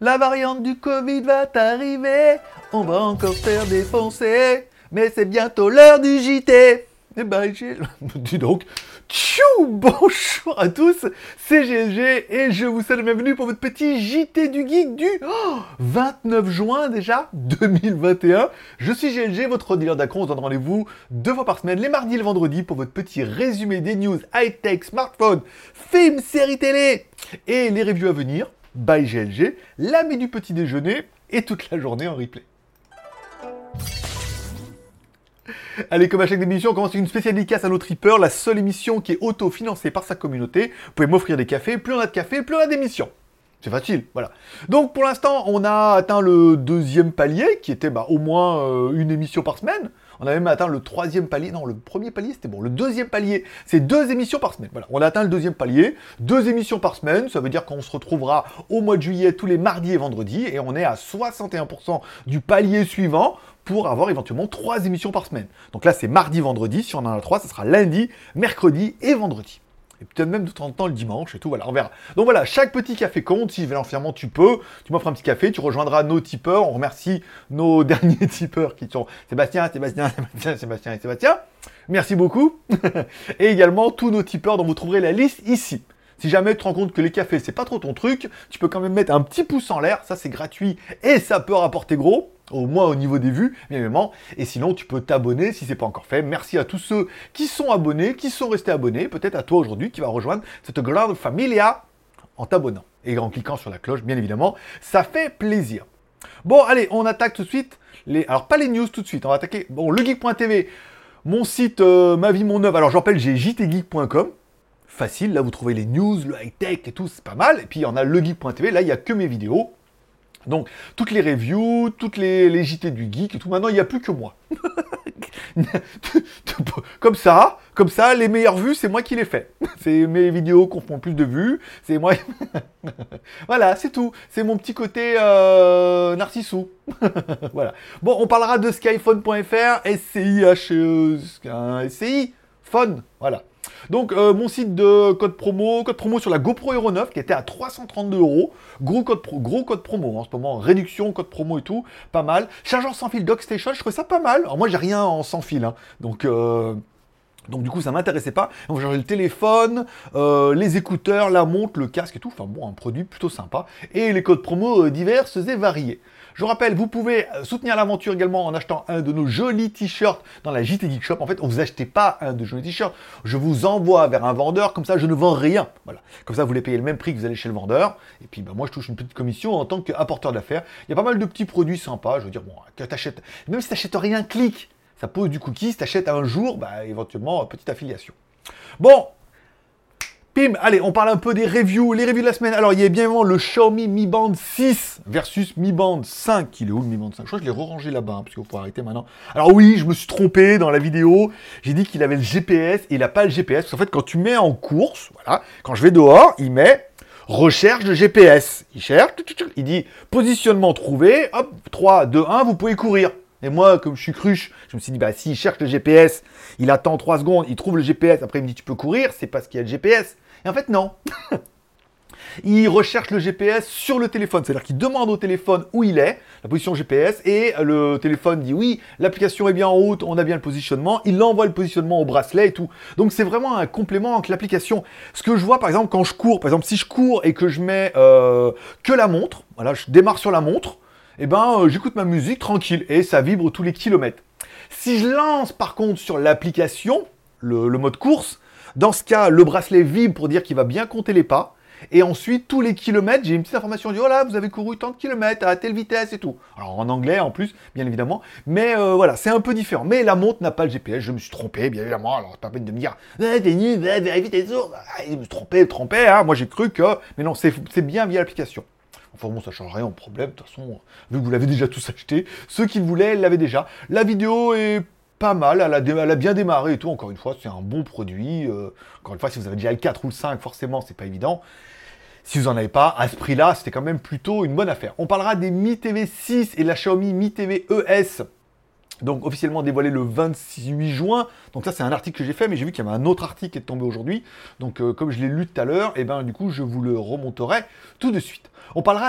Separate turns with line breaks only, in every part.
La variante du Covid va t'arriver, on va encore se faire défoncer, mais c'est bientôt l'heure du JT. Eh ben, dis donc, tchou, bonjour à tous, c'est GLG et je vous souhaite la bienvenue pour votre petit JT du Geek du 29 juin déjà 2021. Je suis GLG, votre dealer d'accro, on se donne rendez-vous 2 fois par semaine, les mardis et le vendredi, pour votre petit résumé des news high-tech, smartphones, films, séries télé et les reviews à venir. By GLG, l'ami du petit déjeuner et toute la journée en replay. Allez, comme à chaque émission, on commence avec une spéciale dédicace à nos trippers, la seule émission qui est auto-financée par sa communauté. Vous pouvez m'offrir des cafés, plus on a de café, plus on a d'émissions. C'est facile, voilà. Donc pour l'instant, on a atteint le 2e palier, qui était au moins une émission par semaine. On a même atteint le 3e palier. Non, le premier palier, c'était bon. Le 2e palier, c'est 2 émissions par semaine. Voilà, on a atteint le 2e palier. 2 émissions par semaine, ça veut dire qu'on se retrouvera au mois de juillet tous les mardis et vendredis. Et on est à 61% du palier suivant pour avoir éventuellement 3 émissions par semaine. Donc là, c'est mardi, vendredi. Si on en a 3, ça sera lundi, mercredi et vendredi. Et peut-être même de temps en temps le dimanche et tout, voilà, on verra. Donc voilà, chaque petit café compte, si financièrement tu peux, tu m'offres un petit café, tu rejoindras nos tipeurs, on remercie nos derniers tipeurs qui sont Sébastien. Merci beaucoup. Et également tous nos tipeurs dont vous trouverez la liste ici. Si jamais tu te rends compte que les cafés, c'est pas trop ton truc, tu peux quand même mettre un petit pouce en l'air, ça c'est gratuit et ça peut rapporter gros, au moins au niveau des vues, bien évidemment. Et sinon, tu peux t'abonner si c'est pas encore fait. Merci à tous ceux qui sont abonnés, qui sont restés abonnés, peut-être à toi aujourd'hui qui va rejoindre cette grande familia en t'abonnant et en cliquant sur la cloche, bien évidemment. Ça fait plaisir. Bon, allez, on attaque tout de suite alors pas les news tout de suite, on va attaquer legeek.tv, mon site Ma Vie Mon Œuvre. Alors je rappelle, j'ai jtgeek.com. Facile, là vous trouvez les news, le high-tech et tout, c'est pas mal. Et puis il y en a legeek.tv, là il n'y a que mes vidéos. Donc toutes les reviews, toutes les JT du geek et tout, maintenant il n'y a plus que moi. comme ça, les meilleures vues, c'est moi qui les fais. C'est mes vidéos qui font plus de vues, c'est moi. Voilà, c'est tout. C'est mon petit côté narcissou. Voilà. Bon, on parlera de skyphone.fr, SCI, Phone, voilà. Donc mon site de code promo sur la GoPro Hero 9 qui était à 332 €. Gros code promo en ce moment, réduction, code promo et tout, pas mal. Chargeur sans fil DockStation, je trouvais ça pas mal. Alors moi j'ai rien en sans fil, hein. Donc du coup ça m'intéressait pas. Donc j'ai le téléphone, les écouteurs, la montre, le casque et tout. Enfin bon, un produit plutôt sympa. Et les codes promo diverses et variés. Je rappelle, vous pouvez soutenir l'aventure également en achetant un de nos jolis t-shirts dans la JT Geek Shop. En fait, vous achetez pas un de jolis t-shirts, je vous envoie vers un vendeur, comme ça je ne vends rien. Voilà. Comme ça vous les payez le même prix que vous allez chez le vendeur. Et puis moi je touche une petite commission en tant qu'apporteur d'affaires. Il y a pas mal de petits produits sympas, je veux dire, bon, que t'achètes, même si t'achètes rien, clique, ça pose du cookie, si t'achètes un jour, éventuellement, petite affiliation. Bon, pim, allez, on parle un peu des reviews, les reviews de la semaine. Alors, il y a bien évidemment le Xiaomi Mi Band 6 versus Mi Band 5. Il est où le Mi Band 5 ? Je crois que je l'ai re-rangé là-bas, parce qu'il faut arrêter maintenant. Alors oui, je me suis trompé dans la vidéo. J'ai dit qu'il avait le GPS et il n'a pas le GPS. Parce qu'en fait, quand tu mets en course, voilà, quand je vais dehors, il met recherche de GPS. Il cherche, il dit positionnement trouvé, hop, 3, 2, 1, vous pouvez courir. Et moi, comme je suis cruche, je me suis dit, s'il cherche le GPS, il attend 3 secondes, il trouve le GPS, après il me dit, tu peux courir, c'est parce qu'il y a le GPS. Et en fait, non. Il recherche le GPS sur le téléphone, c'est-à-dire qu'il demande au téléphone où il est, la position GPS, et le téléphone dit, oui, l'application est bien en route, on a bien le positionnement, il envoie le positionnement au bracelet et tout. Donc c'est vraiment un complément avec l'application. Ce que je vois, par exemple, quand je cours, par exemple, si je cours et que je mets que la montre, voilà, je démarre sur la montre, j'écoute ma musique tranquille et ça vibre tous les kilomètres. Si je lance par contre sur l'application, le mode course, dans ce cas, le bracelet vibre pour dire qu'il va bien compter les pas. Et ensuite, tous les kilomètres, j'ai une petite information, dit, oh là, vous avez couru tant de kilomètres à telle vitesse et tout. Alors en anglais en plus, bien évidemment. Mais voilà, c'est un peu différent. Mais la montre n'a pas le GPS, je me suis trompé, bien évidemment. Alors pas peine de me dire, t'es nul, vérifie tes sources. Je me suis trompé, hein. Moi j'ai cru que... Mais non, c'est bien via l'application. Enfin bon, ça change rien au problème, de toute façon, vu que vous l'avez déjà tous acheté, ceux qui le voulaient l'avaient déjà. La vidéo est pas mal, elle a bien démarré et tout, encore une fois, c'est un bon produit. Encore une fois, si vous avez déjà le 4 ou le 5, forcément, c'est pas évident. Si vous en avez pas, à ce prix-là, c'était quand même plutôt une bonne affaire. On parlera des Mi TV 6 et la Xiaomi Mi TV ES. Donc officiellement dévoilé le 28 juin. Donc ça c'est un article que j'ai fait, mais j'ai vu qu'il y avait un autre article qui est tombé aujourd'hui. Donc comme je l'ai lu tout à l'heure, et ben du coup je vous le remonterai tout de suite. On parlera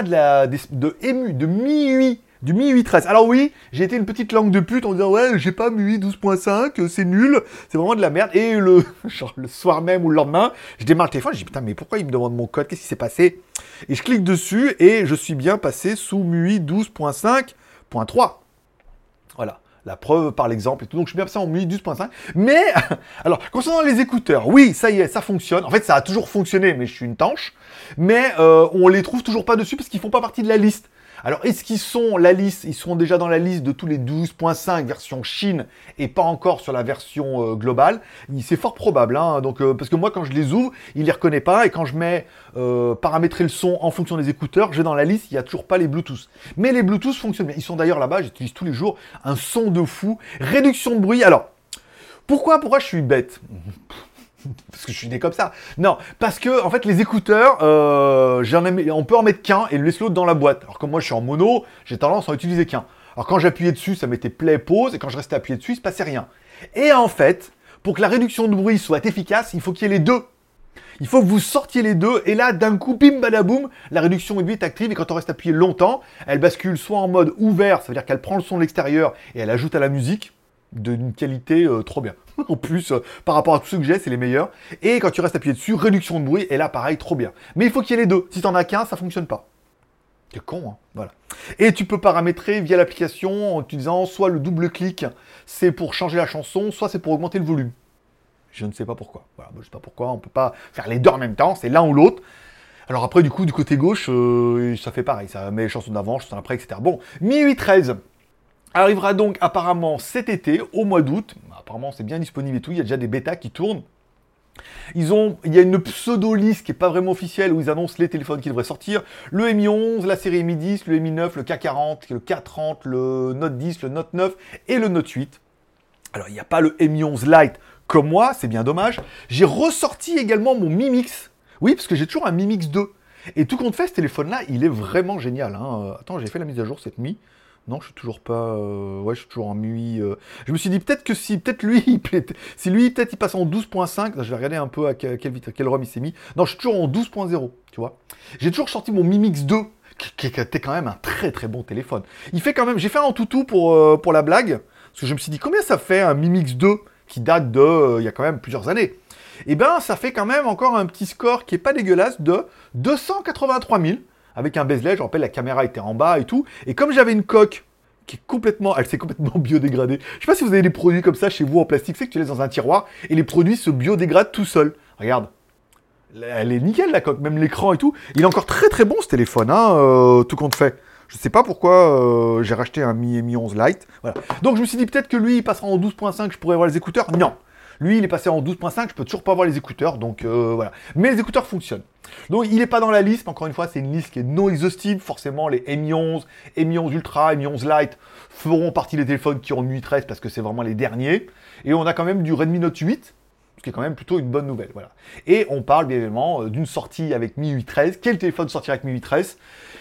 de MIUI, du MIUI 13. Alors oui, j'ai été une petite langue de pute en disant ouais j'ai pas MIUI 12.5, c'est nul, c'est vraiment de la merde. Et genre, le soir même ou le lendemain, je démarre le téléphone, je dis putain mais pourquoi il me demande mon code, qu'est-ce qui s'est passé? Et je clique dessus et je suis bien passé sous MIUI 12.5.3. Voilà. La preuve par l'exemple et tout. Donc je suis bien passé en MIUI 12.5. Mais, alors, concernant les écouteurs, oui, ça y est, ça fonctionne. En fait, ça a toujours fonctionné, mais je suis une tanche. Mais on les trouve toujours pas dessus parce qu'ils font pas partie de la liste. Alors, est-ce qu'ils sont la liste? Ils seront déjà dans la liste de tous les 12.5 version Chine et pas encore sur la version globale. C'est fort probable, hein. Donc, parce que moi, quand je les ouvre, il les reconnaît pas. Et quand je mets paramétrer le son en fonction des écouteurs, j'ai dans la liste, il n'y a toujours pas les Bluetooth. Mais les Bluetooth fonctionnent bien. Ils sont d'ailleurs là-bas, j'utilise tous les jours un son de fou. Réduction de bruit. Alors, pourquoi je suis bête? Parce que je suis né comme ça. Non, parce que en fait les écouteurs, on peut en mettre qu'un et laisser l'autre dans la boîte. Alors que moi je suis en mono, j'ai tendance à en utiliser qu'un. Alors quand j'appuyais dessus, ça mettait play, pause, et quand je restais appuyé dessus, il se passait rien. Et en fait, pour que la réduction de bruit soit efficace, il faut qu'il y ait les deux. Il faut que vous sortiez les deux, et là, d'un coup, bim, badaboum, la réduction de bruit est active, et quand on reste appuyé longtemps, elle bascule soit en mode ouvert, ça veut dire qu'elle prend le son de l'extérieur, et elle ajoute à la musique, d'une qualité trop bien. En plus, par rapport à tous ceux que j'ai, c'est les meilleurs. Et quand tu restes appuyé dessus, réduction de bruit, et là, pareil, trop bien. Mais il faut qu'il y ait les deux. Si t'en as qu'un, ça fonctionne pas. C'est con, hein. Voilà. Et tu peux paramétrer via l'application en utilisant soit le double-clic, c'est pour changer la chanson, soit c'est pour augmenter le volume. Je ne sais pas pourquoi. Voilà, je ne sais pas pourquoi, on peut pas faire les deux en même temps, c'est l'un ou l'autre. Alors après, du coup, du côté gauche, ça fait pareil, ça met les chansons d'avant, chansons d'après, etc. Bon, MIUI 13 arrivera donc apparemment cet été, au mois d'août. Apparemment, c'est bien disponible et tout. Il y a déjà des bêtas qui tournent. Il y a une pseudo-liste qui n'est pas vraiment officielle où ils annoncent les téléphones qui devraient sortir. Le Mi 11, la série Mi 10, le Mi 9, le K40, le K30, le Note 10, le Note 9 et le Note 8. Alors, il n'y a pas le Mi 11 Lite comme moi, c'est bien dommage. J'ai ressorti également mon Mi Mix. Oui, parce que j'ai toujours un Mi Mix 2. Et tout compte fait, ce téléphone-là, il est vraiment génial, hein. Attends, j'ai fait la mise à jour cette nuit. Non, je suis toujours pas... Ouais, je suis toujours en MIUI... Je me suis dit peut-être que si... Peut-être lui, si lui, peut-être il passe en 12.5... Je vais regarder un peu à quelle ROM il s'est mis. Non, je suis toujours en 12.0, tu vois. J'ai toujours sorti mon Mi Mix 2, qui était quand même un très très bon téléphone. Il fait quand même... J'ai fait un toutou pour la blague, parce que je me suis dit, combien ça fait un Mi Mix 2 qui date de... il y a quand même plusieurs années. Eh ben, ça fait quand même encore un petit score qui est pas dégueulasse de 283 000. Avec un bezel, je rappelle, la caméra était en bas et tout. Et comme j'avais une coque qui est complètement... Elle s'est complètement biodégradée. Je sais pas si vous avez des produits comme ça chez vous en plastique, c'est que tu les laisses dans un tiroir et les produits se biodégradent tout seuls. Regarde. Elle est nickel la coque, même l'écran et tout. Il est encore très très bon ce téléphone, hein, tout compte fait. Je sais pas pourquoi j'ai racheté un Mi 11 Lite. Voilà. Donc je me suis dit peut-être que lui il passera en 12.5, je pourrais avoir les écouteurs. Non. Lui, il est passé en 12.5, je peux toujours pas avoir les écouteurs, donc voilà. Mais les écouteurs fonctionnent. Donc il n'est pas dans la liste, mais encore une fois, c'est une liste qui est non exhaustive. Forcément, les Mi 11, Mi 11 Ultra, Mi 11 Lite feront partie des téléphones qui ont MIUI 13 parce que c'est vraiment les derniers. Et on a quand même du Redmi Note 8, ce qui est quand même plutôt une bonne nouvelle, voilà. Et on parle bien évidemment d'une sortie avec MIUI 13. Quel téléphone sortira avec MIUI 13?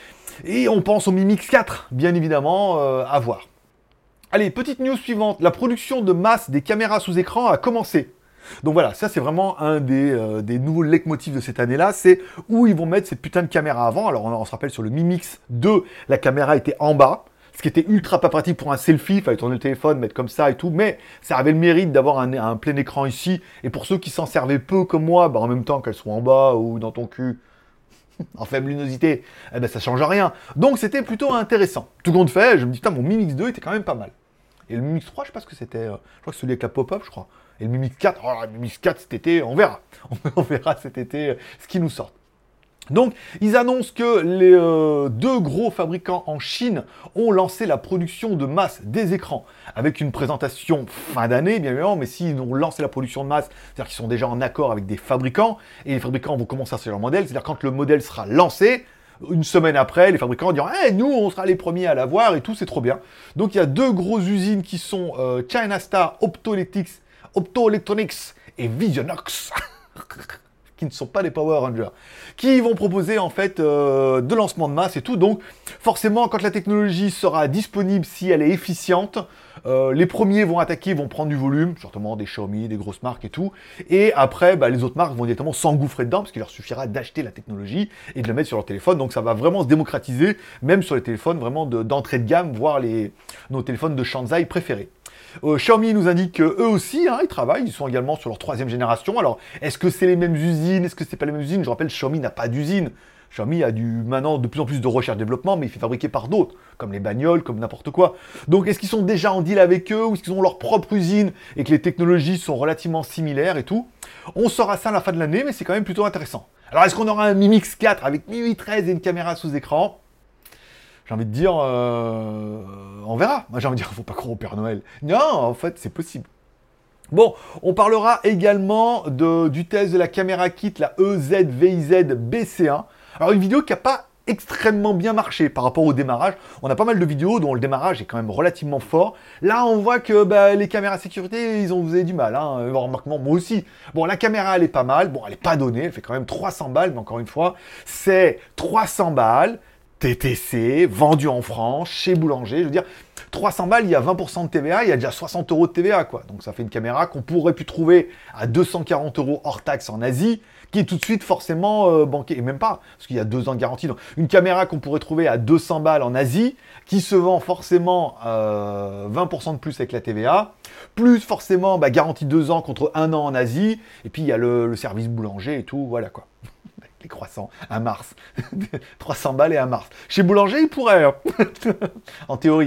Et on pense au Mi Mix 4, bien évidemment, à voir. Allez, petite news suivante. La production de masse des caméras sous écran a commencé. Donc voilà, ça c'est vraiment un des nouveaux leitmotifs de cette année-là, c'est où ils vont mettre cette putain de caméra avant. Alors on se rappelle sur le Mi Mix 2, la caméra était en bas, ce qui était ultra pas pratique pour un selfie, il fallait tourner le téléphone, mettre comme ça et tout, mais ça avait le mérite d'avoir un plein écran ici, et pour ceux qui s'en servaient peu comme moi, bah en même temps qu'elles soient en bas ou dans ton cul, en faible luminosité, eh ben ça change rien. Donc c'était plutôt intéressant. Tout compte fait, je me dis, putain, mon Mi Mix 2 était quand même pas mal. Et le Mi Mix 3, je sais pas ce que c'était. Je crois que celui avec la pop-up, je crois. Et le Mi Mix 4, le Mi Mix 4 cet été, on verra. On verra cet été ce qui nous sort. Donc, ils annoncent que les deux gros fabricants en Chine ont lancé la production de masse des écrans, avec une présentation fin d'année, bien évidemment, mais s'ils ont lancé la production de masse, c'est-à-dire qu'ils sont déjà en accord avec des fabricants, et les fabricants vont commencer à sortir leur modèle, c'est-à-dire quand le modèle sera lancé, une semaine après, les fabricants diront hey, nous, on sera les premiers à l'avoir et tout, c'est trop bien. Donc il y a deux grosses usines qui sont China Star Optoelectronics et Visionox, qui ne sont pas des Power Rangers, qui vont proposer en fait de lancement de masse et tout. Donc forcément, quand la technologie sera disponible, si elle est efficiente, Les premiers vont attaquer, vont prendre du volume, certainement des Xiaomi, des grosses marques et tout. Et après, bah, les autres marques vont directement s'engouffrer dedans, parce qu'il leur suffira d'acheter la technologie et de la mettre sur leur téléphone. Donc ça va vraiment se démocratiser, même sur les téléphones vraiment d'entrée de gamme, voire nos téléphones de Shanzai préférés. Xiaomi nous indique qu'eux aussi, hein, ils travaillent, ils sont également sur leur 3e génération. Alors, est-ce que c'est les mêmes usines? Est-ce que c'est pas les mêmes usines? Je rappelle, Xiaomi n'a pas d'usine. Xiaomi a maintenant de plus en plus de recherche-développement, mais il fait fabriquer par d'autres, comme les bagnoles, comme n'importe quoi. Donc, est-ce qu'ils sont déjà en deal avec eux, ou est-ce qu'ils ont leur propre usine, et que les technologies sont relativement similaires et tout? On saura ça à la fin de l'année, mais c'est quand même plutôt intéressant. Alors, est-ce qu'on aura un Mi Mix 4 avec MIUI 13 et une caméra sous écran? J'ai envie de dire, on verra. Moi, j'ai envie de dire, faut pas croire au Père Noël. Non, en fait, c'est possible. Bon, on parlera également du test de la caméra kit, la EZ-VIZ BC1. Alors, une vidéo qui n'a pas extrêmement bien marché par rapport au démarrage. On a pas mal de vidéos dont le démarrage est quand même relativement fort. Là, on voit que bah, les caméras sécurité, vous avez du mal. Hein. Remarquement, moi aussi. Bon, la caméra, elle est pas mal. Bon, elle n'est pas donnée. Elle fait quand même 300 balles. Mais encore une fois, c'est 300 balles. TTC, vendu en France, chez Boulanger, je veux dire, 300 balles, il y a 20% de TVA, il y a déjà 60 euros de TVA, quoi. Donc ça fait une caméra qu'on pourrait plus trouver à 240 euros hors taxe en Asie, qui est tout de suite forcément banquée, et même pas, parce qu'il y a 2 ans de garantie. Donc une caméra qu'on pourrait trouver à 200 balles en Asie, qui se vend forcément 20% de plus avec la TVA, plus forcément garantie 2 ans contre 1 an en Asie, et puis il y a le service Boulanger et tout, voilà quoi. Les croissants, un Mars. 300 balles et un Mars. Chez Boulanger, il pourrait, hein. En théorie.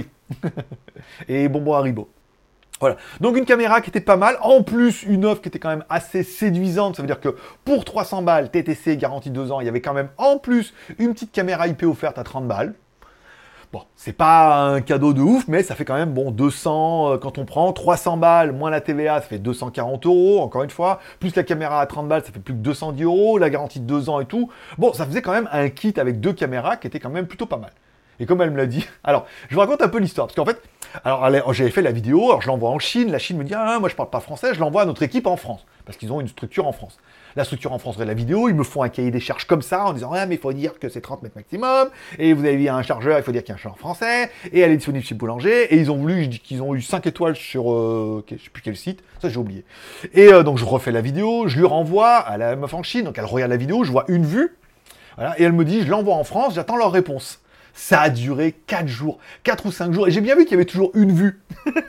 Et bonbons Haribo. Voilà. Donc une caméra qui était pas mal. En plus, une offre qui était quand même assez séduisante. Ça veut dire que pour 300 balles, TTC, garantie 2 ans, il y avait quand même en plus une petite caméra IP offerte à 30 balles. Bon, c'est pas un cadeau de ouf, mais ça fait quand même, bon, 200, quand on prend 300 balles, moins la TVA, ça fait 240 euros, encore une fois, plus la caméra à 30 balles, ça fait plus que 210 euros, la garantie de 2 ans et tout. Bon, ça faisait quand même un kit avec 2 caméras qui était quand même plutôt pas mal. Et comme elle me l'a dit, alors, je vous raconte un peu l'histoire, parce qu'en fait, alors j'avais fait la vidéo, alors je l'envoie en Chine, la Chine me dit, ah, moi je parle pas français, je l'envoie à notre équipe en France, parce qu'ils ont une structure en France. La structure en France regarde la vidéo, ils me font un cahier des charges comme ça, en disant, ah, mais il faut dire que c'est 30 mètres maximum, et vous avez vu un chargeur, il faut dire qu'il y a un chargeur français, et elle est disponible chez Boulanger, et ils ont voulu, je dis qu'ils ont eu 5 étoiles sur, je sais plus quel site, ça j'ai oublié. Et donc je refais la vidéo, je lui renvoie à la meuf en Chine, donc elle regarde la vidéo, je vois une vue, voilà, et elle me dit, je l'envoie en France, j'attends leur réponse. Ça a duré 4 jours, 4 ou 5 jours, et j'ai bien vu qu'il y avait toujours une vue.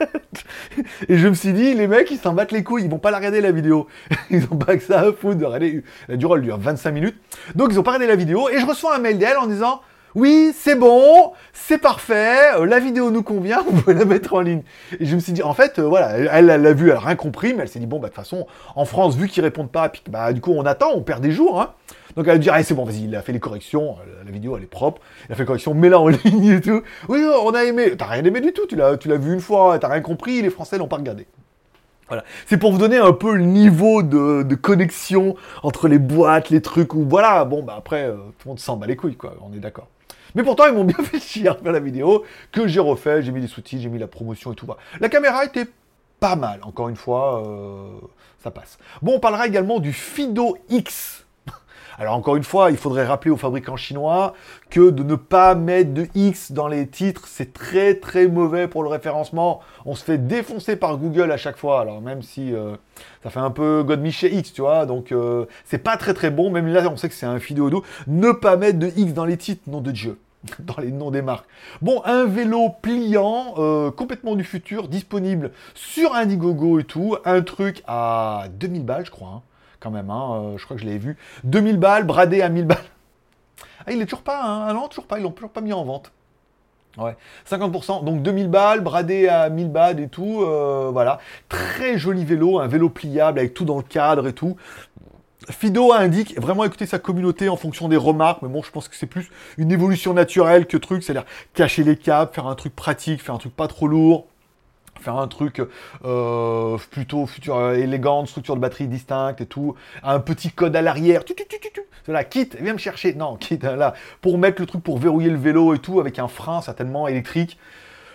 Et je me suis dit, les mecs, ils s'en battent les couilles, ils vont pas la regarder la vidéo. Ils ont pas que ça à foutre de regarder. La durée, elle dure 25 minutes. Donc, ils ont pas regardé la vidéo, et je reçois un mail d'elle en disant, oui, c'est bon, c'est parfait, la vidéo nous convient, vous pouvez la mettre en ligne. Et je me suis dit, en fait, voilà, elle l'a vu, elle a rien compris, mais elle s'est dit, bon, bah, de toute façon, en France, vu qu'ils répondent pas, puis, bah, du coup, on attend, on perd des jours, hein. Donc elle a dit, ah, c'est bon, vas-y, il a fait les corrections, la vidéo, elle est propre, il a fait les corrections, mets-la en ligne et tout. Oui, on a aimé. T'as rien aimé du tout, tu l'as vu une fois, t'as rien compris, les Français l'ont pas regardé. Voilà. C'est pour vous donner un peu le niveau de connexion entre les boîtes, les trucs, ou voilà, bon, bah après, tout le monde s'en bat les couilles, quoi, on est d'accord. Mais pourtant, ils m'ont bien fait chier à faire la vidéo, que j'ai refait, j'ai mis des sous-titres, j'ai mis la promotion et tout. Voilà. La caméra était pas mal, encore une fois, ça passe. Bon, on parlera également du Fido X. Alors encore une fois, il faudrait rappeler aux fabricants chinois que de ne pas mettre de X dans les titres, c'est très très mauvais pour le référencement. On se fait défoncer par Google à chaque fois, alors même si ça fait un peu Godemiché X, tu vois, donc c'est pas très très bon, même là on sait que c'est un Fido. Ne pas mettre de X dans les titres, nom de Dieu, dans les noms des marques. Bon, un vélo pliant, complètement du futur, disponible sur Indiegogo et tout, un truc à 2000 balles je crois, hein. Quand même, hein, je crois que je l'avais vu. 2000 balles, bradé à 1000 balles. Ah, il est toujours pas, hein, ah non, toujours pas, ils l'ont toujours pas mis en vente. Ouais, 50%, donc 2000 balles, bradé à 1000 balles et tout, voilà. Très joli vélo, un vélo pliable avec tout dans le cadre et tout. Fido indique vraiment écouter sa communauté en fonction des remarques, mais bon, je pense que c'est plus une évolution naturelle que truc, c'est-à-dire cacher les câbles, faire un truc pratique, faire un truc pas trop lourd. Faire un truc plutôt futur, élégant, structure de batterie distincte et tout, un petit code à l'arrière, voilà, kit, viens me chercher, non, kit, là, pour mettre le truc pour verrouiller le vélo et tout, avec un frein certainement électrique.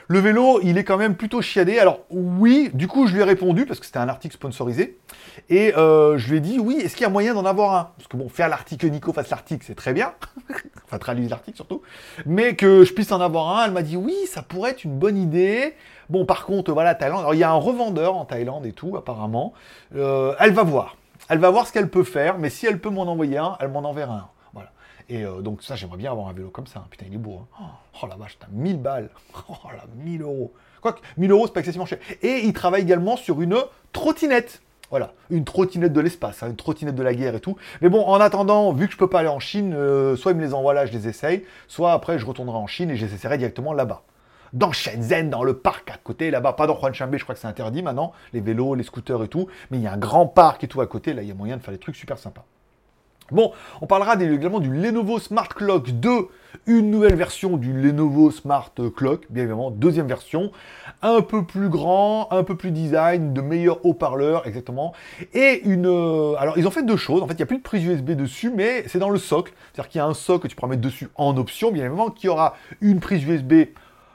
Le vélo, il est quand même plutôt chiadé. Alors oui, du coup, je lui ai répondu, parce que c'était un article sponsorisé, et je lui ai dit, oui, est-ce qu'il y a moyen d'en avoir un? Parce que bon, faire l'article, Nico fasse l'article, c'est très bien, enfin traduire l'article surtout, mais que je puisse en avoir un, elle m'a dit, oui, ça pourrait être une bonne idée. Bon, par contre, voilà, Thaïlande, alors il y a un revendeur en Thaïlande et tout, apparemment, elle va voir. Elle va voir ce qu'elle peut faire, mais si elle peut m'en envoyer un, elle m'en enverra un. Voilà. Et donc ça, j'aimerais bien avoir un vélo comme ça. Putain, il est beau. Hein. Oh la vache, t'as 1000 balles. Oh là, 1000 euros. Quoique, 1000 euros, c'est pas excessivement cher. Et il travaille également sur une trottinette. Voilà, une trottinette de l'espace, hein, une trottinette de la guerre et tout. Mais bon, en attendant, vu que je peux pas aller en Chine, soit il me les envoie là, je les essaye, soit après je retournerai en Chine et je les essaierai directement là-bas. Dans Shenzhen, dans le parc à côté, là-bas, pas dans Huangshangbei, je crois que c'est interdit maintenant, les vélos, les scooters et tout, mais il y a un grand parc et tout à côté, là il y a moyen de faire des trucs super sympas. Bon, on parlera également du Lenovo Smart Clock 2, une nouvelle version du Lenovo Smart Clock, bien évidemment, deuxième version, un peu plus grand, un peu plus design, de meilleurs haut-parleurs, exactement, et une... alors, ils ont fait deux choses, en fait, il n'y a plus de prise USB dessus, mais c'est dans le socle, c'est-à-dire qu'il y a un socle que tu pourras mettre dessus en option, bien évidemment, qui aura une prise USB.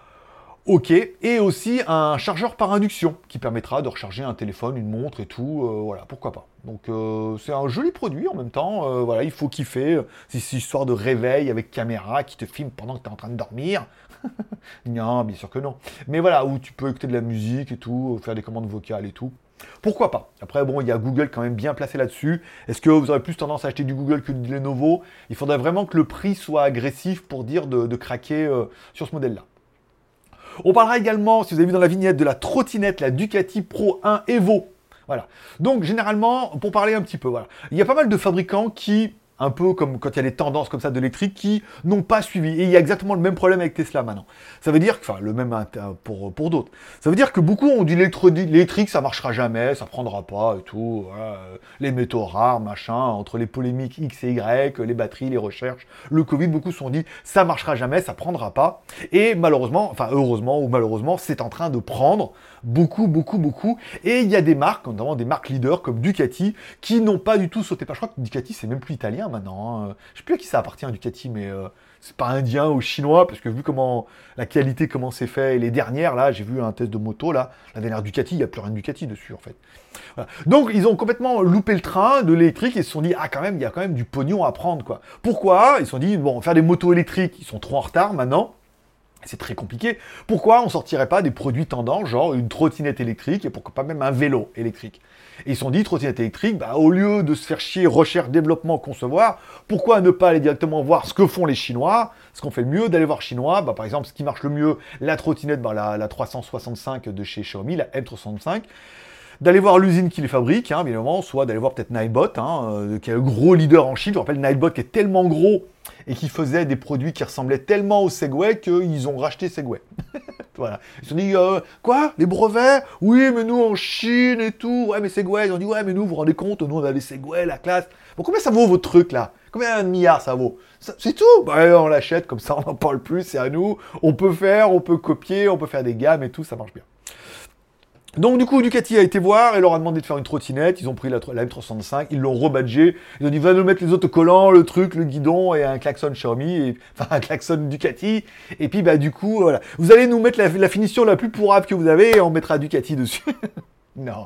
Ok, et aussi un chargeur par induction qui permettra de recharger un téléphone, une montre et tout, voilà, pourquoi pas. Donc c'est un joli produit en même temps, voilà, il faut kiffer, c'est cette histoire de réveil avec caméra qui te filme pendant que tu es en train de dormir. Non, bien sûr que non. Mais voilà, où tu peux écouter de la musique et tout, faire des commandes vocales et tout. Pourquoi pas? Après, bon, il y a Google quand même bien placé là-dessus. Est-ce que vous aurez plus tendance à acheter du Google que du Lenovo? Il faudrait vraiment que le prix soit agressif pour dire de craquer sur ce modèle-là. On parlera également, si vous avez vu dans la vignette, de la trottinette, la Ducati Pro 1 Evo. Voilà. Donc, généralement, pour parler un petit peu, voilà. Il y a pas mal de fabricants qui, un peu comme quand il y a des tendances comme ça de l'électrique, qui n'ont pas suivi. Et il y a exactement le même problème avec Tesla maintenant. Ça veut dire que, enfin, le même pour d'autres. Ça veut dire que beaucoup ont dit l'électrique, ça marchera jamais, ça prendra pas et tout. Voilà. Les métaux rares, machin, entre les polémiques X et Y, les batteries, les recherches, le Covid, beaucoup se sont dit, ça marchera jamais, ça prendra pas. Et malheureusement, enfin, heureusement ou malheureusement, c'est en train de prendre beaucoup. Et il y a des marques, notamment des marques leaders comme Ducati, qui n'ont pas du tout sauté pas. Je crois que Ducati, c'est même plus italien maintenant. Hein. Je sais plus à qui ça appartient, Ducati, mais c'est pas indien ou chinois, parce que vu comment la qualité, comment c'est fait, et les dernières, là, j'ai vu un test de moto, là, la dernière Ducati, il n'y a plus rien de Ducati dessus, en fait. Voilà. Donc, ils ont complètement loupé le train de l'électrique et se sont dit, ah, quand même, il y a quand même du pognon à prendre, quoi. Pourquoi? Ils se sont dit, bon, faire des motos électriques, ils sont trop en retard maintenant. C'est très compliqué. Pourquoi on sortirait pas des produits tendants, genre une trottinette électrique et pourquoi pas même un vélo électrique? Et ils se sont dit, trottinette électrique, bah, au lieu de se faire chier, recherche, développement, concevoir, pourquoi ne pas aller directement voir ce que font les Chinois? Ce qu'on fait le mieux d'aller voir Chinois, bah, par exemple, ce qui marche le mieux, la trottinette, bah, la 365 de chez Xiaomi, la M365. D'aller voir l'usine qui les fabrique, hein, bien évidemment, soit d'aller voir peut-être Nightbot, hein, qui est le gros leader en Chine. Je rappelle Nightbot qui est tellement gros et qui faisait des produits qui ressemblaient tellement au Segway qu'ils ont racheté Segway. Voilà. Ils se sont dit, quoi? Les brevets? Oui, mais nous en Chine et tout. Ouais, mais Segway. Ils ont dit, ouais, mais nous, vous vous rendez compte, nous on a les Segway, la classe. Bon, combien ça vaut votre truc là? Combien de milliards ça vaut? C'est tout. Bah, on l'achète, comme ça on n'en parle plus, c'est à nous. On peut faire, on peut copier, on peut faire des gammes et tout, ça marche bien. Donc du coup, Ducati a été voir et leur a demandé de faire une trottinette. Ils ont pris la M365, ils l'ont rebadgé. Ils ont dit, va nous mettre les autocollants, le truc, le guidon et un klaxon Xiaomi, enfin un klaxon Ducati. Et puis bah du coup, voilà. Vous allez nous mettre la finition la plus pourrable que vous avez et on mettra Ducati dessus. Non.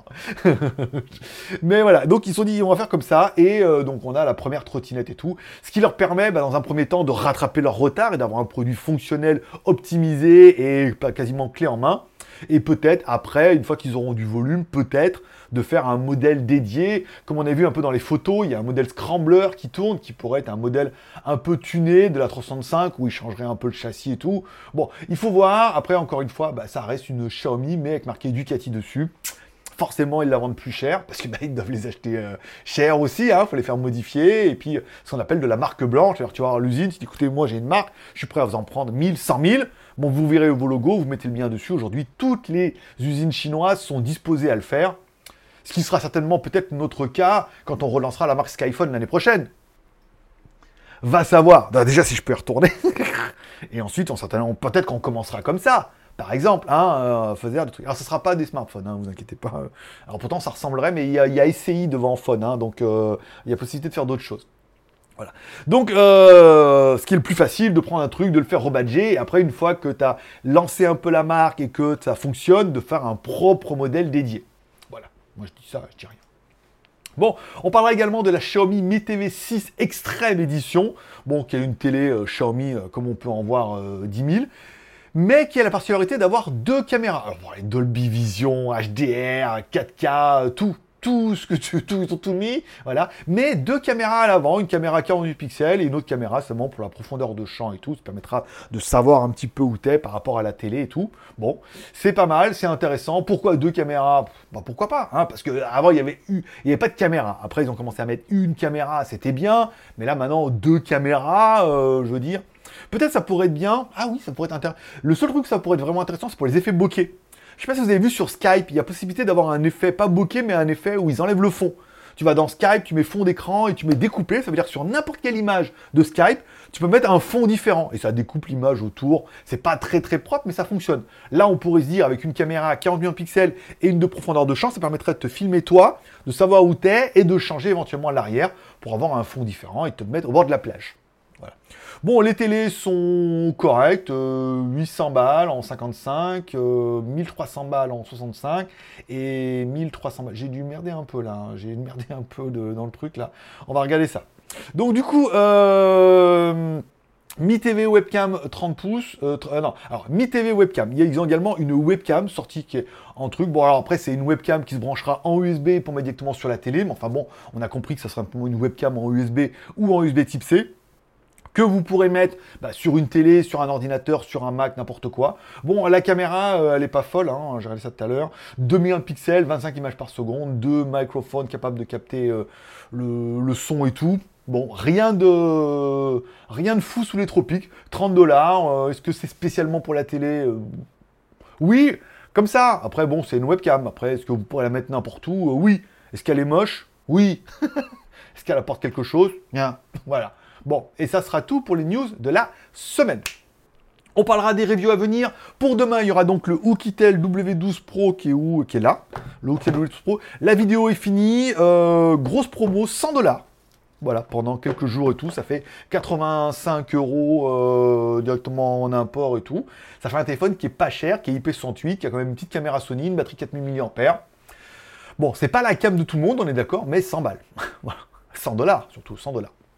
Mais voilà, donc ils se sont dit, on va faire comme ça. Et donc on a la première trottinette et tout. Ce qui leur permet, bah, dans un premier temps, de rattraper leur retard et d'avoir un produit fonctionnel, optimisé et pas quasiment clé en main. Et peut-être, après, une fois qu'ils auront du volume, peut-être de faire un modèle dédié. Comme on a vu un peu dans les photos, il y a un modèle Scrambler qui tourne, qui pourrait être un modèle un peu tuné de la 365, où il changerait un peu le châssis et tout. Bon, il faut voir. Après, encore une fois, bah, ça reste une Xiaomi, mais avec marqué Ducati dessus. Forcément, ils la vendent plus cher, parce que bah, ils doivent les acheter cher aussi, hein, faut les faire modifier, et puis ce qu'on appelle de la marque blanche. Alors tu vas voir l'usine, tu dis, écoutez, moi j'ai une marque, je suis prêt à vous en prendre 1000, 100 000, bon, vous verrez vos logos, vous mettez le mien dessus. Aujourd'hui, toutes les usines chinoises sont disposées à le faire, ce qui sera certainement peut-être notre cas quand on relancera la marque Skyphone l'année prochaine. Va savoir, déjà si je peux y retourner, et ensuite, peut-être qu'on commencera comme ça. Par exemple, hein, faisait des trucs. Alors, ce ne sera pas des smartphones, hein, vous inquiétez pas. Alors, pourtant, ça ressemblerait, mais il y a SCI devant phone, hein, donc il y a possibilité de faire d'autres choses. Voilà. Donc, ce qui est le plus facile, de prendre un truc, de le faire rebadger, et après, une fois que tu as lancé un peu la marque et que ça fonctionne, de faire un propre modèle dédié. Voilà. Moi, je dis ça, je dis rien. Bon, on parlera également de la Xiaomi Mi TV 6 Extreme Edition, bon, qui est une télé Xiaomi, comme on peut en voir 10 000, mais qui a la particularité d'avoir deux caméras. Alors, bon, les Dolby Vision, HDR, 4K, tout ce que ils ont tout mis, voilà. Mais deux caméras à l'avant, une caméra 48 pixels et une autre caméra seulement pour la profondeur de champ et tout. Ça permettra de savoir un petit peu où t'es par rapport à la télé et tout. Bon, c'est pas mal, c'est intéressant. Pourquoi deux caméras? Bah, pourquoi pas, hein, parce qu'avant il y avait pas de caméra. Après ils ont commencé à mettre une caméra, c'était bien. Mais là maintenant deux caméras, je veux dire. Peut-être ça pourrait être bien. Ah oui, ça pourrait être intéressant. Le seul truc que ça pourrait être vraiment intéressant, c'est pour les effets bokeh. Je sais pas si vous avez vu sur Skype, il y a possibilité d'avoir un effet, pas bokeh, mais un effet où ils enlèvent le fond. Tu vas dans Skype, tu mets fond d'écran et tu mets découpé. Ça veut dire que sur n'importe quelle image de Skype, tu peux mettre un fond différent. Et ça découpe l'image autour. C'est pas très très propre, mais ça fonctionne. Là, on pourrait se dire, avec une caméra à 40 millions de pixels et une de profondeur de champ, ça permettrait de te filmer toi, de savoir où t'es et de changer éventuellement à l'arrière pour avoir un fond différent et te mettre au bord de la plage. Voilà. Bon, les télés sont correctes, 800 balles en 55, 1300 balles en 65 et 1300 balles. J'ai dû merder un peu là, hein. J'ai merdé un peu dans le truc là. On va regarder ça. Donc du coup, Mi TV webcam 30 pouces, non, alors Mi TV webcam, ils ont également une webcam sortie qui est en truc, bon alors après c'est une webcam qui se branchera en USB pour mettre directement sur la télé, mais enfin bon, on a compris que ça sera une webcam en USB ou en USB type C, que vous pourrez mettre sur une télé, sur un ordinateur, sur un Mac, n'importe quoi. Bon, la caméra, elle est pas folle, hein, j'ai regardé ça tout à l'heure. 2 millions de pixels, 25 images par seconde, 2 microphones capables de capter le son et tout. Bon, rien de fou sous les tropiques. 30 $. Est-ce que c'est spécialement pour la télé? Oui, comme ça. Après, bon, c'est une webcam. Après, est-ce que vous pourrez la mettre n'importe où? Oui. Est-ce qu'elle est moche? Oui. Est-ce qu'elle apporte quelque chose? Bien. Voilà. Bon, et ça sera tout pour les news de la semaine. On parlera des reviews à venir. Pour demain, il y aura donc le Oukitel W12 Pro qui est là. Le Oukitel W12 Pro. La vidéo est finie. Grosse promo, 100 $. Voilà, pendant quelques jours et tout. Ça fait 85 € directement en import et tout. Ça fait un téléphone qui est pas cher, qui est IP68, qui a quand même une petite caméra Sony, une batterie 4000 mAh. Bon, c'est pas la cam de tout le monde, on est d'accord, mais 100 balles. Voilà. 100 $, surtout 100 $.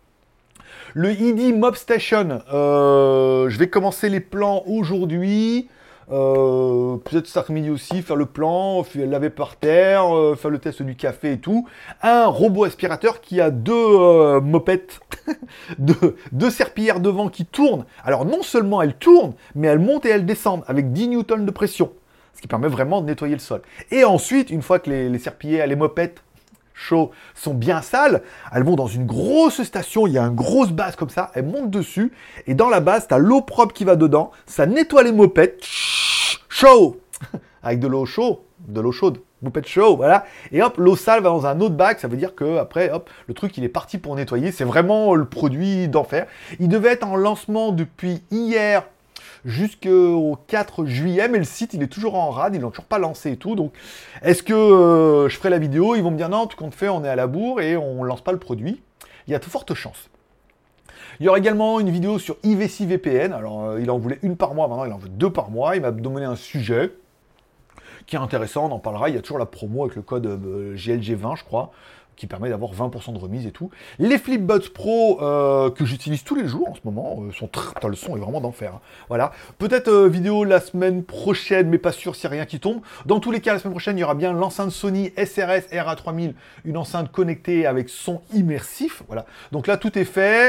Le ID Mob Station, je vais commencer les plans aujourd'hui. Peut-être cet après-midi aussi, faire le plan, laver par terre, faire le test du café et tout. Un robot aspirateur qui a deux mopettes, deux serpillères devant qui tournent. Alors non seulement elles tournent, mais elles montent et elles descendent avec 10 newtons de pression. Ce qui permet vraiment de nettoyer le sol. Et ensuite, une fois que les serpillères, les mopettes chauds sont bien sales, elles vont dans une grosse station, il y a une grosse base comme ça, elles montent dessus, et dans la base, t'as l'eau propre qui va dedans, ça nettoie les mopettes, chaud, avec de l'eau chaude, mopette chaud, voilà, et hop, l'eau sale va dans un autre bac, ça veut dire que après, hop, le truc il est parti pour nettoyer, c'est vraiment le produit d'enfer. Il devait être en lancement depuis hier, jusqu'au 4 juillet, mais le site il est toujours en rade, ils l'ont toujours pas lancé et tout, donc est-ce que je ferai la vidéo, ils vont me dire non, tout compte fait, on est à la bourre et on lance pas le produit. Il y a de fortes chances. Il y aura également une vidéo sur IVC VPN, alors il en voulait une par mois, maintenant il en veut deux par mois, il m'a donné un sujet qui est intéressant, on en parlera, il y a toujours la promo avec le code GLG20 je crois, qui permet d'avoir 20% de remise et tout. Les FlipBuds Pro que j'utilise tous les jours en ce moment, le son est vraiment d'enfer. Hein. Voilà. Peut-être vidéo la semaine prochaine, mais pas sûr s'il n'y a rien qui tombe. Dans tous les cas, la semaine prochaine, il y aura bien l'enceinte Sony SRS RA3000, une enceinte connectée avec son immersif. Voilà. Donc là, tout est fait.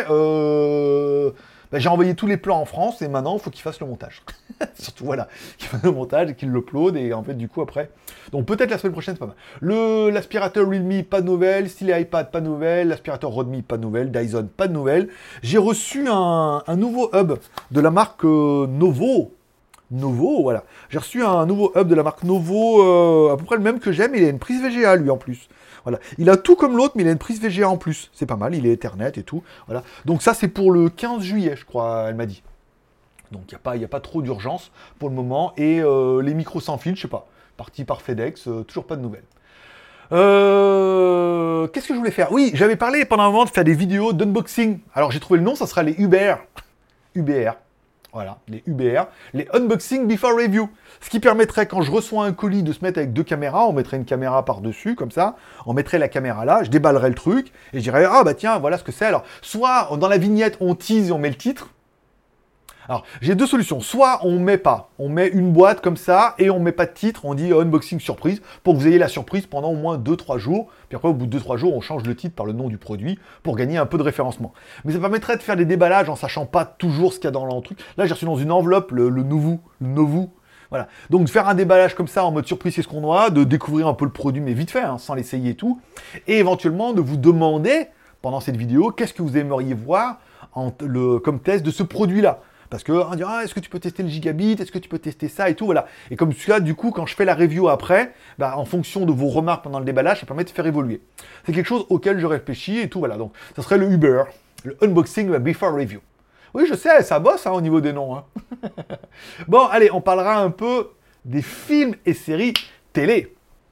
J'ai envoyé tous les plans en France et maintenant, il faut qu'il fasse le montage. Surtout, voilà, qu'il fasse le montage et qu'il l'upload et en fait, du coup, après... Donc peut-être la semaine prochaine, c'est pas mal. L'aspirateur Realme, pas de nouvelles. Stylet iPad, pas de nouvelles. L'aspirateur Rodme, pas de nouvelles. Dyson, pas de nouvelles. J'ai reçu un nouveau hub de la marque Novo. Novo, voilà. J'ai reçu un nouveau hub de la marque Novo, à peu près le même que j'aime. Il a une prise VGA, lui, en plus. Voilà. Il a tout comme l'autre, mais il a une prise VGA en plus. C'est pas mal, il est Ethernet et tout. Voilà. Donc ça, c'est pour le 15 juillet, je crois, elle m'a dit. Donc il n'y a pas trop d'urgence pour le moment. Et les micros sans fil, je sais pas. Parti par FedEx, toujours pas de nouvelles. Qu'est-ce que je voulais faire? Oui, j'avais parlé pendant un moment de faire des vidéos d'unboxing. Alors j'ai trouvé le nom, ça sera les UBR. UBR. Voilà, les UBR, les Unboxing Before Review. Ce qui permettrait, quand je reçois un colis, de se mettre avec deux caméras, on mettrait une caméra par-dessus, comme ça, on mettrait la caméra là, je déballerais le truc, et je dirais, ah bah tiens, voilà ce que c'est. Alors, soit dans la vignette, on tease et on met le titre. Alors, j'ai deux solutions. Soit on met pas, on met une boîte comme ça, et on met pas de titre, on dit unboxing surprise, pour que vous ayez la surprise pendant au moins 2-3 jours. Puis après, au bout de 2-3 jours, on change le titre par le nom du produit, pour gagner un peu de référencement. Mais ça permettrait de faire des déballages en sachant pas toujours ce qu'il y a dans le truc. Là, j'ai reçu dans une enveloppe le Novu. Voilà. Donc, de faire un déballage comme ça, en mode surprise, c'est ce qu'on a, de découvrir un peu le produit, mais vite fait, hein, sans l'essayer et tout. Et éventuellement, de vous demander, pendant cette vidéo, qu'est-ce que vous aimeriez voir comme test de ce produit-là. Parce que on dit, ah, est-ce que tu peux tester le gigabit, est-ce que tu peux tester ça et tout, voilà. Et comme celui-là, du coup, quand je fais la review après, bah, en fonction de vos remarques pendant le déballage, ça permet de faire évoluer. C'est quelque chose auquel je réfléchis et tout, voilà. Donc, ça serait le Uber, le Unboxing Before Review. Oui, je sais, ça bosse hein, au niveau des noms. Hein. Bon, allez, on parlera un peu des films et séries télé.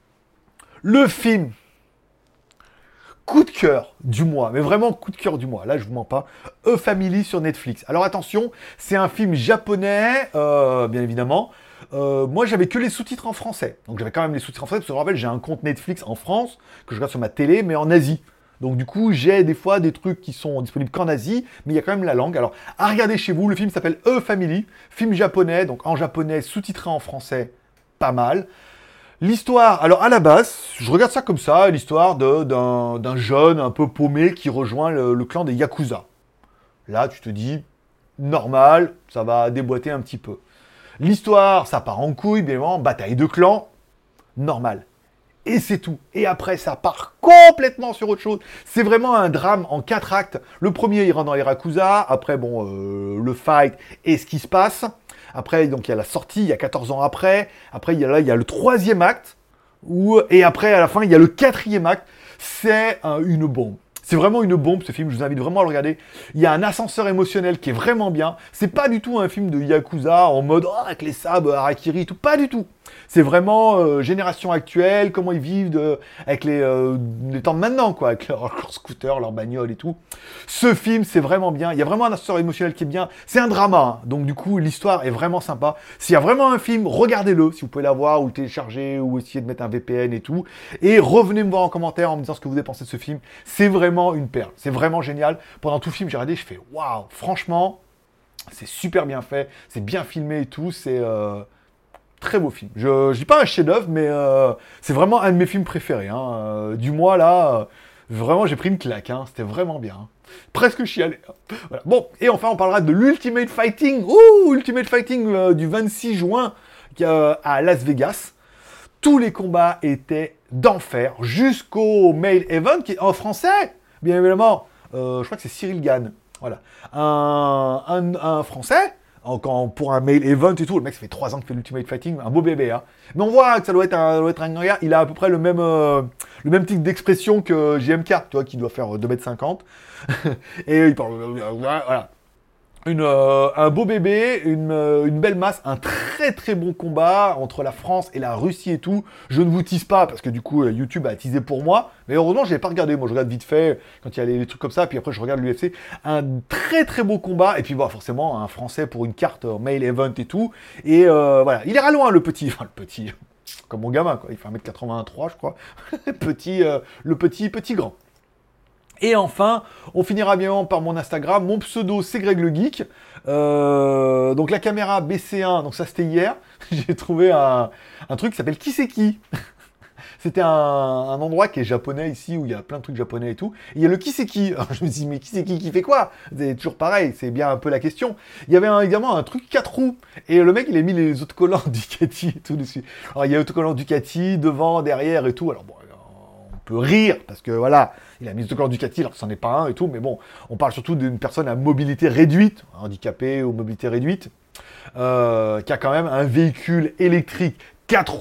Le film coup de cœur du mois, mais vraiment coup de cœur du mois, là je vous mens pas, A-Family sur Netflix. Alors attention, c'est un film japonais, bien évidemment. Moi j'avais que les sous-titres en français, donc j'avais quand même les sous-titres en français, parce que je me rappelle, j'ai un compte Netflix en France, que je regarde sur ma télé, mais en Asie. Donc du coup, j'ai des fois des trucs qui sont disponibles qu'en Asie, mais il y a quand même la langue. Alors, à regarder chez vous, le film s'appelle A-Family, film japonais, donc en japonais, sous-titré en français, pas mal. L'histoire, alors à la base, je regarde ça comme ça, l'histoire d'un jeune un peu paumé qui rejoint le clan des Yakuza. Là, tu te dis, normal, ça va déboîter un petit peu. L'histoire, ça part en couille, bien évidemment, bataille de clans, normal. Et c'est tout. Et après, ça part complètement sur autre chose. C'est vraiment un drame en 4 actes. Le premier, il rentre dans les Yakuza. Après, bon, le fight et ce qui se passe. Après, donc, il y a la sortie, il y a 14 ans après. Après, il y a le troisième acte. Et après, à la fin, il y a le quatrième acte. C'est une bombe. C'est vraiment une bombe, ce film. Je vous invite vraiment à le regarder. Il y a un ascenseur émotionnel qui est vraiment bien. C'est pas du tout un film de Yakuza en mode avec les sabres, Harakiri, tout. Pas du tout. C'est vraiment génération actuelle, comment ils vivent avec les temps de maintenant, quoi, avec leur scooter, leur bagnole et tout. Ce film, c'est vraiment bien. Il y a vraiment un ascenseur émotionnel qui est bien. C'est un drama, hein. Donc du coup, l'histoire est vraiment sympa. S'il y a vraiment un film, regardez-le, si vous pouvez l'avoir, ou le télécharger, ou essayer de mettre un VPN et tout. Et revenez me voir en commentaire en me disant ce que vous avez pensé de ce film. C'est vraiment une perle. C'est vraiment génial. Pendant tout le film, j'ai regardé, je fais waouh, franchement, c'est super bien fait, c'est bien filmé et tout. C'est très beau film. Je dis pas un chef-d'œuvre, mais c'est vraiment un de mes films préférés. Hein. Du mois, là, vraiment, j'ai pris une claque. Hein. C'était vraiment bien. Hein. Presque chialé. Voilà. Bon, et enfin, on parlera de l'Ultimate Fighting. Ouh, Ultimate Fighting du 26 juin à Las Vegas. Tous les combats étaient d'enfer jusqu'au Main Event, qui est en français, bien évidemment. Je crois que c'est Cyril Gann. Voilà. Un Français. Pour un mail event et tout, le mec ça fait 3 ans qu'il fait l'Ultimate Fighting, un beau bébé, hein. Mais on voit que ça doit être un gars, il a à peu près le même type d'expression que JMK, tu vois, qui doit faire 2,50 m. Et il parle, voilà. Un beau bébé, une belle masse, un très très bon combat entre la France et la Russie et tout. Je ne vous tease pas parce que du coup YouTube a teasé pour moi, mais heureusement je n'ai pas regardé. Moi je regarde vite fait quand il y a les trucs comme ça, puis après je regarde l'UFC. Un très très beau combat et puis bon, forcément un Français pour une carte mail event et tout. Et voilà, il ira loin le petit, enfin le petit, comme mon gamin quoi. Il fait 1m83 je crois, le petit grand. Et enfin, on finira bien par mon Instagram. Mon pseudo, c'est Greg le Geek. Donc la caméra BC1, donc ça c'était hier. J'ai trouvé un truc qui s'appelle Qui c'est qui. C'était un endroit qui est japonais ici, où il y a plein de trucs japonais et tout. Et il y a le Qui c'est qui. Alors je me suis dit, mais qui c'est qui fait quoi? C'est toujours pareil, c'est bien un peu la question. Il y avait évidemment un truc 4 roues. Et le mec, il a mis les autocollants Ducati et tout dessus. Alors il y a autocollants Ducati, devant, derrière et tout. Alors bon, peut rire, parce que voilà, il a mis autocollant Ducati, alors que c'en est pas un et tout, mais bon, on parle surtout d'une personne à mobilité réduite, handicapée ou mobilité réduite, qui a quand même un véhicule électrique 4 roues,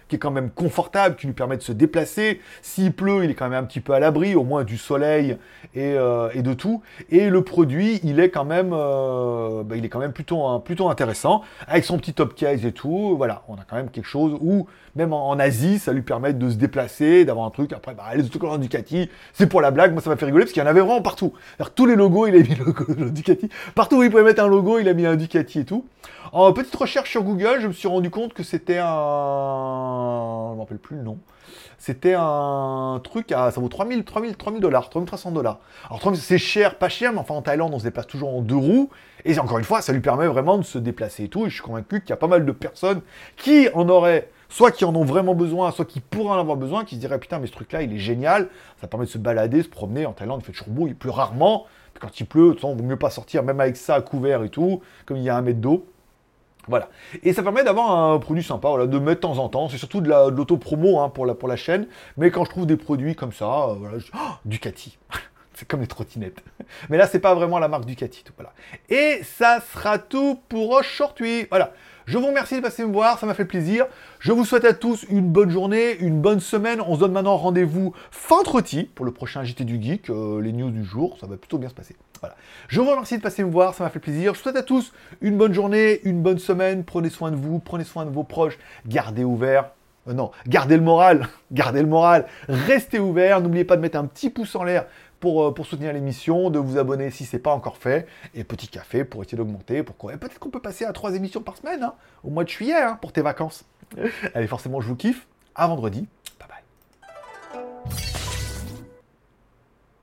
qui est quand même confortable, qui lui permet de se déplacer. S'il pleut, il est quand même un petit peu à l'abri, au moins du soleil et de tout. Et le produit, il est quand même, plutôt intéressant, avec son petit top case et tout. Voilà, on a quand même quelque chose où, même en Asie, ça lui permet de se déplacer, d'avoir un truc. Après, les autocollants Ducati, c'est pour la blague. Moi, ça m'a fait rigoler parce qu'il y en avait vraiment partout. Alors, tous les logos, il a mis le logo de Ducati. Partout où il pouvait mettre un logo, il a mis un Ducati et tout. En petite recherche sur Google, je me suis rendu compte que c'était un... Je ne me rappelle plus le nom. C'était un truc à... Ça vaut 3000 dollars, 3300 dollars. Alors, c'est cher, pas cher, mais enfin, en Thaïlande, on se déplace toujours en 2 roues. Et encore une fois, ça lui permet vraiment de se déplacer et tout. Et je suis convaincu qu'il y a pas mal de personnes qui en auraient... Soit qui en ont vraiment besoin, soit qui pourraient en avoir besoin, qui se diraient, putain, mais ce truc-là, il est génial. Ça permet de se balader, se promener. En Thaïlande, il fait toujours beau, il pleut rarement. Quand il pleut, de toute façon, il vaut mieux pas sortir, même avec ça à couvert et tout, comme il y a 1 mètre d'eau. Voilà. Et ça permet d'avoir un produit sympa, voilà, de mettre de temps en temps. C'est surtout de l'auto-promo hein, pour la chaîne. Mais quand je trouve des produits comme ça, voilà, Ducati. C'est comme les trottinettes. Mais là, c'est pas vraiment la marque Ducati. Tout, voilà. Et ça sera tout pour aujourd'hui. Voilà. Je vous remercie de passer me voir, ça m'a fait plaisir. Je vous souhaite à tous une bonne journée, une bonne semaine. On se donne maintenant rendez-vous vendredi pour le prochain JT du Geek, les news du jour. Ça va plutôt bien se passer. Voilà. Je vous remercie de passer me voir, ça m'a fait plaisir. Je vous souhaite à tous une bonne journée, une bonne semaine. Prenez soin de vous, prenez soin de vos proches. Gardez ouvert. Non, gardez le moral. Gardez le moral. Restez ouvert. N'oubliez pas de mettre un petit pouce en l'air pour soutenir l'émission, de vous abonner si ce n'est pas encore fait, et petit café pour essayer d'augmenter. Peut-être qu'on peut passer à 3 émissions par semaine, hein, au mois de juillet, hein, pour tes vacances. Allez, forcément, je vous kiffe. À vendredi.